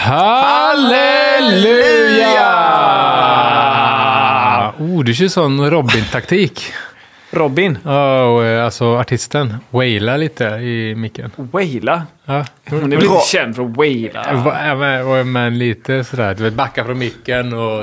Halleluja! Du kör sån Robin-taktik. Robin? Ja, alltså artisten. Waila lite i micken. Waila? Ja. Hon är väl inte känd för att waila? Men lite sådär. Du vet, backa från micken och...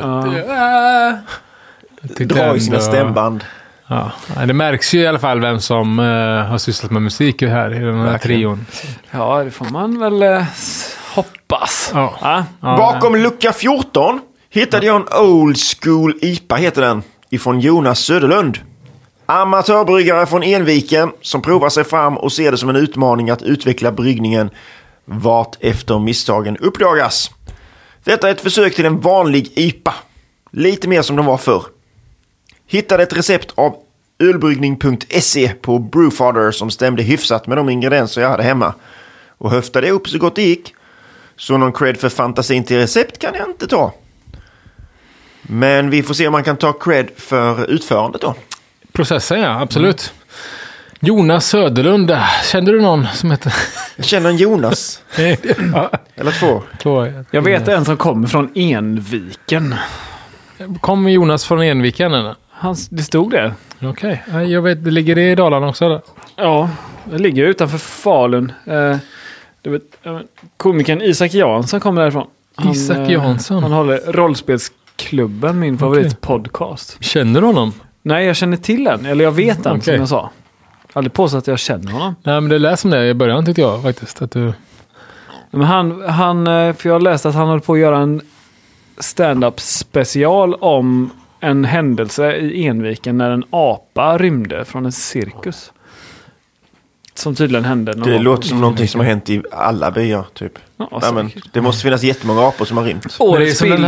Dra i sina stämband. Ja, det märks ju i alla fall vem som har sysslat med musik här i den här trion. Ja, det får man väl hoppas. Ja. Bakom lucka 14 hittade jag en old school IPA, heter den, ifrån Jonas Söderlund. Amatörbryggare från Enviken som provar sig fram och ser det som en utmaning att utveckla bryggningen vart efter misstagen uppdagas. Detta är ett försök till en vanlig IPA. Lite mer som de var förr. Hittade ett recept av ölbryggning.se på Brewfather som stämde hyfsat med de ingredienser jag hade hemma. Och höftade upp så gott det gick. Så någon cred för fantasin till recept kan jag inte ta. Men vi får se om man kan ta cred för utförandet då. Processen, ja, absolut. Jonas Söderlund, kände du någon som heter... Jag känner en Jonas. Eller två. Jag vet en som kommer från Enviken. Kommer Jonas från Enviken eller? Det stod det. Okej. Jag vet, det ligger det i Dalarna också eller? Ja, det ligger utanför Falun. Du vet, komikern Isak Jansson kommer därifrån. Isak Jansson? Han håller Rollspelsklubben, min favoritpodcast. Känner du honom? Nej, jag känner till den. Eller jag vet den, som jag sa. Jag har aldrig påstått att jag känner honom. Nej, men det lät som det i början tyckte jag faktiskt. Att du... Men han för jag läste att han håller på att göra en stand-up special om en händelse i Enviken när en apa rymde från en cirkus. Som tydligen hände. Det låter som någonting som har hänt i alla byar, typ. Ja, men det måste finnas jättemånga apor som har rymt. Årets bild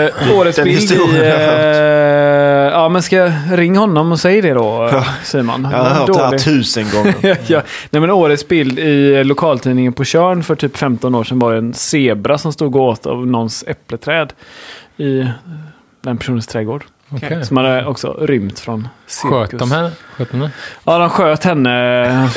ja, men ska jag ringa honom och säga det då, Simon? Jag har hört det här 1000 gånger. Nej, men årets bild i lokaltidningen på Tjörn för typ 15 år sedan var en zebra som stod åt av någons äppleträd i den personens trädgård. Okay. Som hade också rymt från cirkus. Sköt de henne? Ja, de sköt henne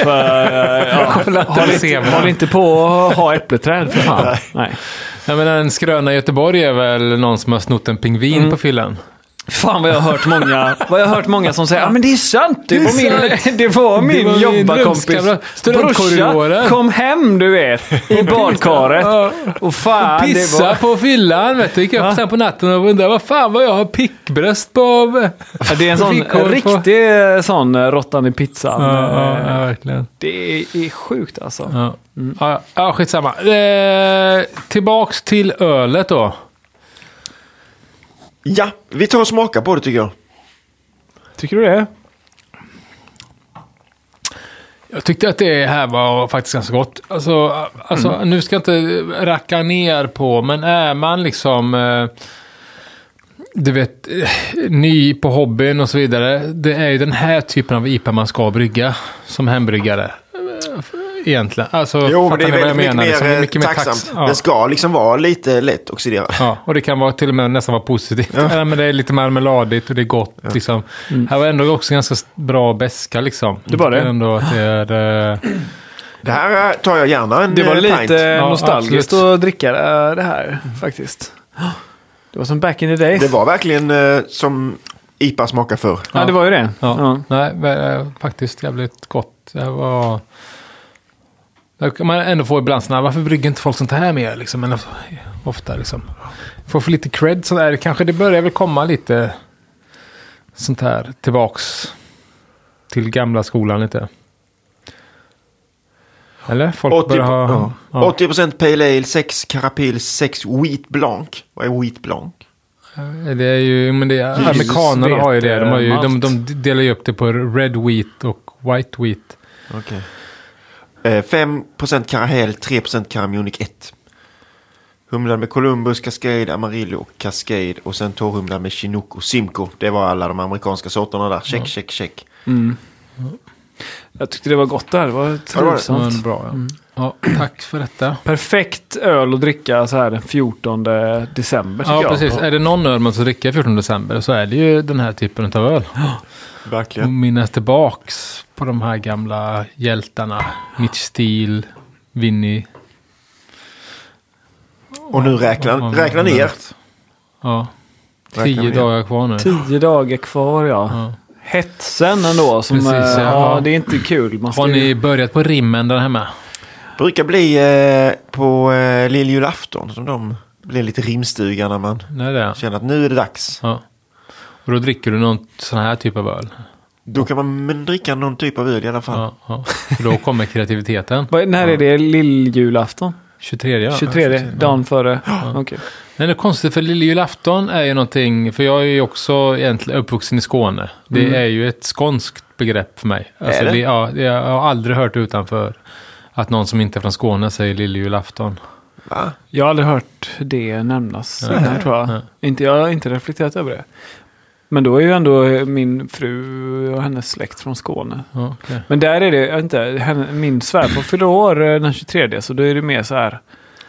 för håll inte på att ha äppleträd för fan. Nej. Ja, men en skröna i Göteborg är väl någon som har snott en pingvin på fyllan. Fan vad jag har hört många som säger men det är sant, det var min jobbarkompis brorsa kom hem, du vet, i badkaret och fan pissa på fyllan, vet du, gick upp sen på natten och undrade vad fan vad jag har pickbröst på. Det är en sån riktig sån råttan i pizzan. Ja, verkligen. Det är sjukt alltså. Ja, skitsamma. Tillbaks till ölet då. Ja, vi tar och smakar på det tycker jag. Tycker du det? Jag tyckte att det här var faktiskt ganska gott. Alltså nu ska jag inte racka ner på, men är man liksom du vet ny på hobbyn och så vidare, det är ju den här typen av IPA man ska brygga som hembryggare. Egentligen. Alltså, jo, men det är väldigt mycket mer tacksamt. Ja. Det ska liksom vara lite lätt oxiderat. Ja, och det kan vara till och med nästan vara positivt. Ja. Men det är lite marmeladigt och det är gott. Ja. Liksom. Här var ändå också ganska bra beska liksom. Det var det. Ändå att det är... Det här tar jag gärna en det var lite pint. Nostalgiskt att dricka det här faktiskt. Det var som back in the days. Det var verkligen som IPA smakar för. Ja, det var ju det. Ja. Nej, faktiskt jävligt gott. Det var... Där kan man ändå få ibland sådana, varför brygger inte folk sånt här mer liksom? Men ofta liksom. Får för lite cred så där, kanske det börjar väl komma lite sånt här tillbaks till gamla skolan lite. Eller? Folk 80% Pale Ale, 6 Carapill, 6 Wheat Blanc. Vad är Wheat Blanc? Det är ju, men det är, amerikanerna har ju det. De delar ju upp det på Red Wheat och White Wheat. Okej. 5% Carahel, 3% Caramunic 1. Humlad med Columbus, Cascade, Amarillo och Cascade. Och sen torrhumlad med Chinook och Simcoe. Det var alla de amerikanska sorterna där. Check. Jag tyckte det var gott där. Det var trivsamt. Bra, ja. Tack för detta. Perfekt öl att dricka så här den 14 december tycker jag. Ja, precis. Är det någon öl man ska dricka 14 december så är det ju den här typen av öl. Verkligen. Minnas tillbaks på de här gamla hjältarna. Mitch Steele, Vinny Och nu räkna ner. Ja. Räkna 10 ner. dagar kvar nu. 10 dagar kvar, ja. Hetsen ändå. Som, Precis, ja. det är inte kul. Man ska Har ju- ni börjat på rimmen där hemma? Brukar bli på lilljulafton som de blir lite rimstuga när man Nej, det är. känner att nu är det dags. Ja. Och då dricker du någon sån här typ av öl? Då kan man dricka någon typ av öl i alla fall. Ja, ja. För då kommer kreativiteten. När är det lilljulafton? 23, ja. 23, dagen före? Okej. Nej, det är konstigt för lilljulafton är ju någonting, för jag är ju också egentligen uppvuxen i Skåne. Det är ju ett skånskt begrepp för mig. Alltså, Är det? jag har aldrig hört utanför att någon som inte är från Skåne säger lilljulafton. Va? Jag har aldrig hört det nämnas, här, tror jag. Jag har inte reflekterat över det. Men då är ju ändå min fru och hennes släkt från Skåne. Ja, okej. Men där är det, jag vet inte, min svärfar fyller år den 23, så då är det mer så här.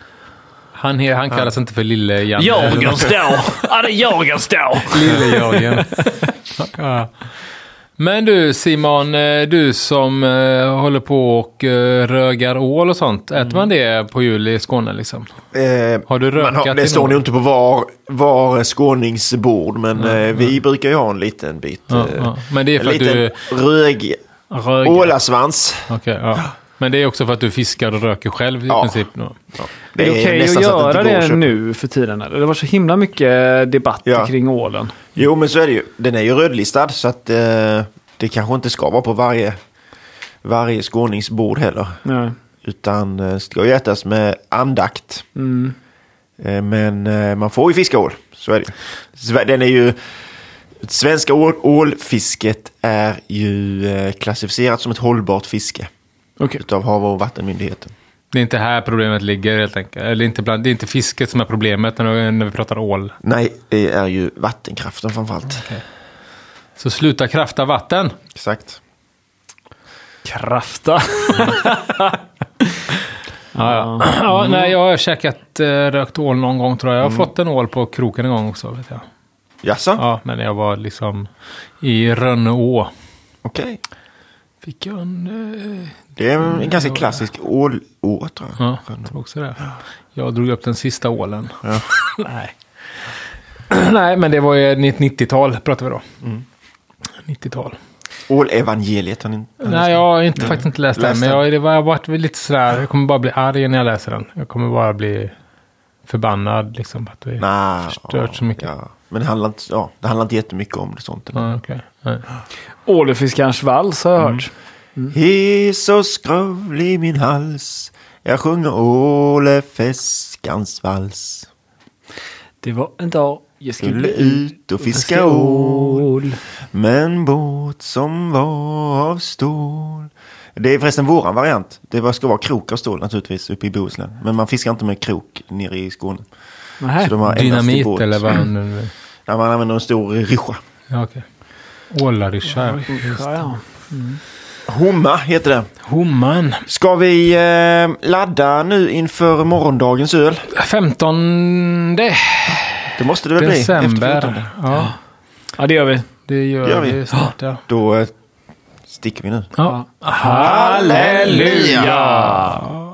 Han kallas inte för lille Janne. Jörgens då! Ja, det är Jörgens då! Lille Jörgen. Ja. Men du Simon, du som håller på och rögar ål och sånt. Äter man det på jul i Skåne liksom? Har du rökat det i står någon? ju inte på var skåningsbord, men vi brukar ju ha en liten bit. Ja. Men det är En för att liten du... Röger. ålasvans. Okej, ja. Men det är också för att du fiskar och röker själv i Ja. princip. Ja. Det är okej att nästan så göra inte går att det köpa. nu för tiden. Det var så himla mycket debatt Ja. kring ålen. Jo, men så är det ju. Den är ju rödlistad, så att det kanske inte ska vara på varje skåningsbord heller. Nej. Utan ska ju ätas med andakt. Mm. Men man får ju fiska ål. Så är det ju. Den är ju... Svenska ålfisket är ju klassificerat som ett hållbart fiske. Okej. Utav Hav- och vattenmyndigheten. Det är inte här problemet ligger helt enkelt. Eller det är inte fisket som är problemet när vi pratar ål. Nej, det är ju vattenkraften framförallt. Så sluta krafta vatten. Exakt. Krafta. Ja, nej, jag har käkat rökt ål någon gång tror jag. Jag har fått en ål på kroken en gång också, vet jag. Jaså? Ja, men jag var liksom i Rönneå. Okej. Fick jag en... Det är en ganska klassisk ålå, tror jag. Ja, jag tror också det. Jag drog upp den sista ålen. Ja. Nej. Nej, men det var ju 90-tal pratar vi då. 90-tal. Ålevangeliet har ni... Nej, jag har faktiskt inte läst den. Men jag har varit lite sådär... Jag kommer bara bli arg när jag läser den. Jag kommer bara bli förbannad liksom. Att vi förstört så mycket. Ja. Men det handlar inte jättemycket om det sånt. Ja, okej. Nej. Ålefiskarens vals har jag hört. He så skrovlig i min hals. Jag sjunger ålefeskans vals. Det var en dag jag Skulle ut och fiska ål. Med en båt som var av stål. Det är förresten våran variant. Det ska vara krok av stål naturligtvis uppe i Bohuslän. Men man fiskar inte med krok nere i Skåne. Nej. Så de har endast i Dynamit båt. eller vad nu... Ja, man använder en stor ryscha. Ja, okej. Ålaryscha. Ja. Homma heter det. Homman. Ska vi ladda nu inför morgondagens öl? 15 Det måste det väl bli. Efter december. 14. Ja, det gör vi. Det gör vi snart, ja. Då sticker vi nu. Ja. Halleluja!